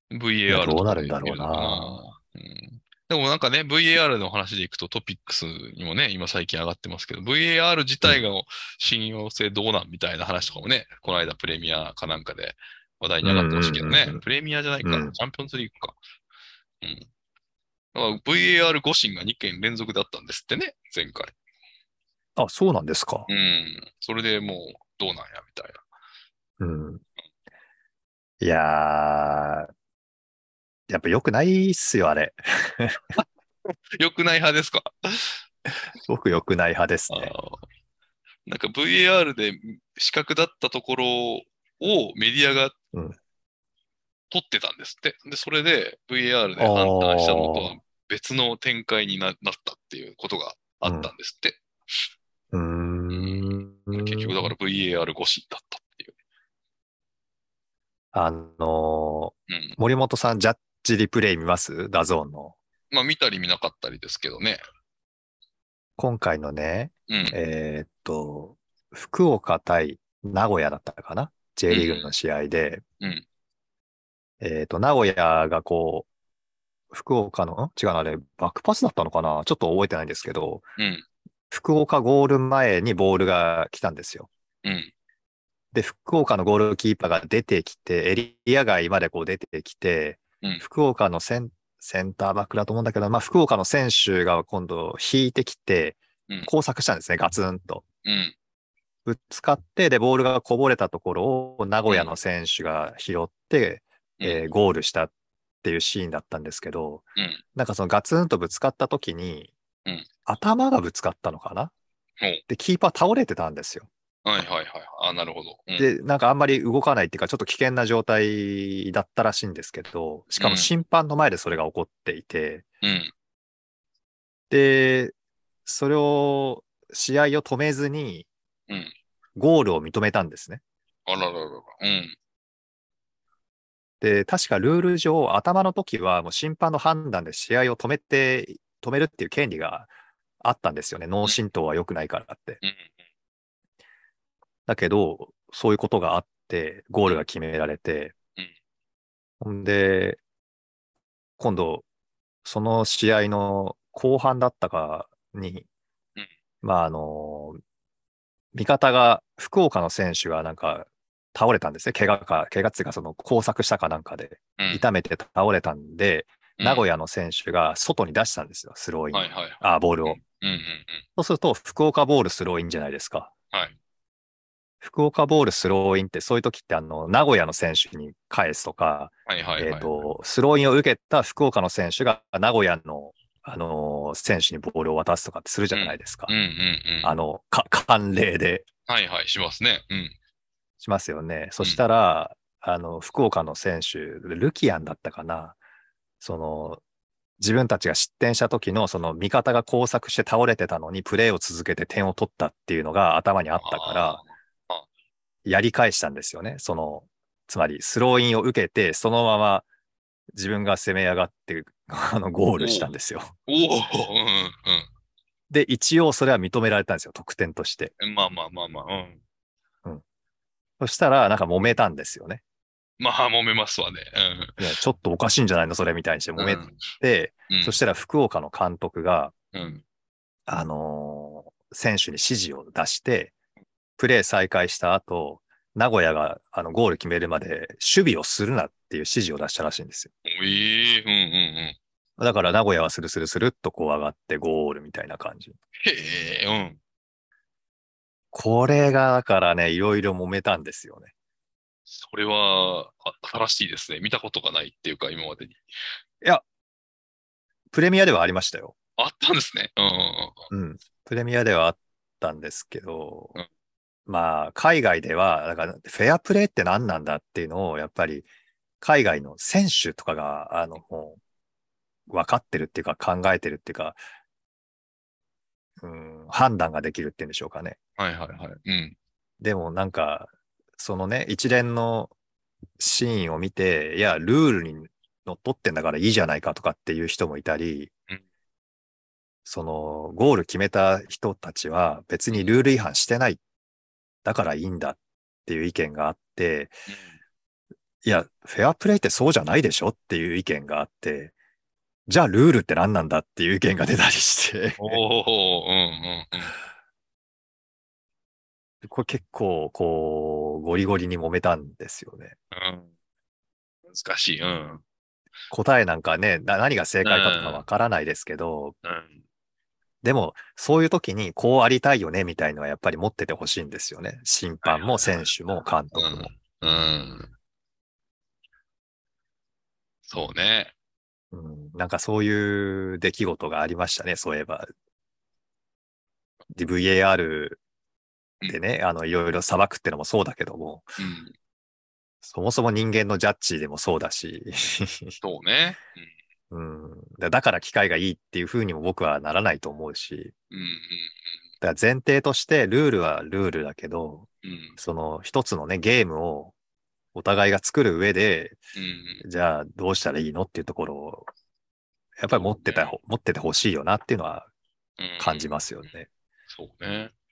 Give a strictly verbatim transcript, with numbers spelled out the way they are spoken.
いや、 ブイエーアール とかでどうなるんだろう見るのかな。 な。 うん、でもなんかね、ブイエーアール の話でいくとトピックスにもね、今最近上がってますけど、ブイエーアール 自うん。 体が信用性どうなんみたいな話とかもね、この間プレミアかなんかで話題に上がってましうんうたけどね。 んうんプレミアじゃないうん。うか。 ん。 チャンピオンズリーグか。うん。だから ブイエーアール 誤審がにけん連続だったんですってね、前回。 あ、そうなんですか。 うん。それでもう、どうなんや、みたいな。 うん。いやー、やっぱ良くないっすよ、あれ。 良くない派ですか？ 僕良くない派ですあね。 ーなんか ブイエーアール で失格だったところをメディアがうん。 取ってたんですって。で、それで ブイエーアールあで判断したのとはー。 別の展開にな、なったっていうことがあったうん。 んですって。 うーうん。結局だからん。 ブイエーアール 越しだったっていう。 あのーうん。 森本さん、ジャッジリプレイ見ますダゾーンの。 まあ見たり見なかったりですけどね。 今回のね、 うん。 えーっと、福岡対名古屋だったかな？ う J リーグのん。 試合で、 うん。 えーっと、名古屋がこう、福岡の、ん違うな、あれ、バックパスだったのかな？ちょっと覚えてないんですけど、 うん。 福岡ゴール前にボールが来たんですよ。 うん。 で、福岡のゴールキーパーが出てきて、エリア外までこう出てきて、 うん。 福岡のセン、センターバックだと思うんだけど、まあ、福岡の選手が今度引いてきて、 うん。 交錯したんですね、ガツンと。 うん。 ぶつかって、で、ボールがこぼれたところを名古屋うん。 の選手が拾って、 うん。 えーゴールしたっていうシーンだったんですけど、 うん。 なんかそのガツンとぶつかった時に、 うん。 頭がぶつかったのかな？ ほう。 で、キーパー倒れてたんですよ。 はいはいはい。あ、なるほど。うん。 で、なんかあんまり動かないっていうか、ちょっと危険な状態だったらしいんですけど、しかもうん。 審判の前でそれが起こっていて、 うん。 で、それを、試合を止めずに、 うん。 ゴールを認めたんですね。 あらららら。うん。 で、確かルール上、頭の時はもう審判の判断で試合を止めて、止めるっていう権利があったんですよね。脳うん。 震盪は良くないからって。 うん。 だけど、そういうことがあって、ゴーうん。 ルが決められて、 うん。 ほんで、今度、その試合の後半だったかに、 うん。 まあ、あの、味方が、福岡の選手がなんか倒れたんですね。怪我か、怪我っていうかその交錯したかなんかで、 うん。 痛めて倒れたんで、 うん。 名古屋の選手が外に出したんですよ、スローイン。 はいはいはい。 あ、ボールを。 うん。うん。うん。うん。 そうすると、福岡ボールスローインじゃないですか。 はい。 福岡ボールスローインって、そういう時ってあの、名古屋の選手に返すとか、 はいはいえっはい。 と、スローインを受けた福岡の選手が名古屋の、あのー選手にボールを渡すとかってするじゃないうん。 ですか。 うん。うん。うん。 あの、か、慣例ではいはい。しますね。うん。 しますよね。そしうん。 たら、あの、福岡の選手、ルキアンだったかな。その、自分たちが失点した時の、その味方が交錯して倒れてたのに、プレーを続けて点を取ったっていうのが頭にあったから、 ああ。あ、 やり返したんですよね。その、つまり、スローインを受けて、そのまま自分が攻め上がって、あの、ゴールしおお。 たんですよ。 おお。うんで、一応それは認められたんですよ。得点として。 うん。まあまあまあまあ。うん。 うん。そしたら、なんか揉めたんですよね。 まあ、揉めますわね。 いや、ちょっとおかしいんじゃないのそれみたいにして揉うん。うめん。 て、 うん。 そしたら福岡の監督が、 うん。 あのー選手に指示を出して、プレー再開した後、名古屋があのゴール決めるまで守備をするなっていう指示を出したらしいんですよ。 ええ、うんうんうん。 だから名古屋はスルスルスルっとこう上がってゴールみたいな感じ。 へえ、うん。 これがだからね、いろいろ揉めたんですよね。 それは、あ新しいですね。見たことがないっていうか、今までに。 いや、プレミアではありましたよ。 あったんですね。うんうんうん。プレミアではあったんですけど、 うん。 まあ、海外では、だからフェアプレーって何なんだっていうのを、やっぱり海外の選手とかが、あの、もう分かってるっていうか考えてるっていうか、うん、判断ができるっていうんでしょうかね。 はいはいはい。うん。 でもなんか、そのね、一連のシーンを見て、いや、ルールにのっとってんだからいいじゃないかとかっていう人もいたり、 うん。 その、ゴール決めた人たちは別にルール違反してない、だからいいんだっていう意見があって、 うん。 いや、フェアプレイってそうじゃないでしょっていう意見があって、じゃあルールって何なんだっていう意見が出たりしておお、うんうんうん。 これ結構、こう、ゴリゴリに揉めたんですよね。 うん。難しい。うん。 答えなんかね、な何が正う解かとかわん。 からないですけど、 うん。 でも、そういう時にこうありたいよねみたいのはやっぱり持っててほしいんですよね。審はい判もはいはい。 選手も監督も。 うん。うん。そうね。 うん、なんかそういう出来事がありましたね、そういえば。で ブイエーアールうん。 でね、あの、いろいろ裁くってのもそうだけども、 うん。 そもそも人間のジャッジでもそうだし、 そうね。 うん、だだから機械がいいっていうふうにも僕はならないと思うし、 うん。うん。 だから前提としてルールはルールだけど、 うん。 その一つのね、ゲームをお互いが作る上で、 うん。うん。 じゃあどうしたらいいのっていうところを、やっぱり持ってた、 そうね。 持っててほしいよなっていうのはうん。 感じますよね。 そうね。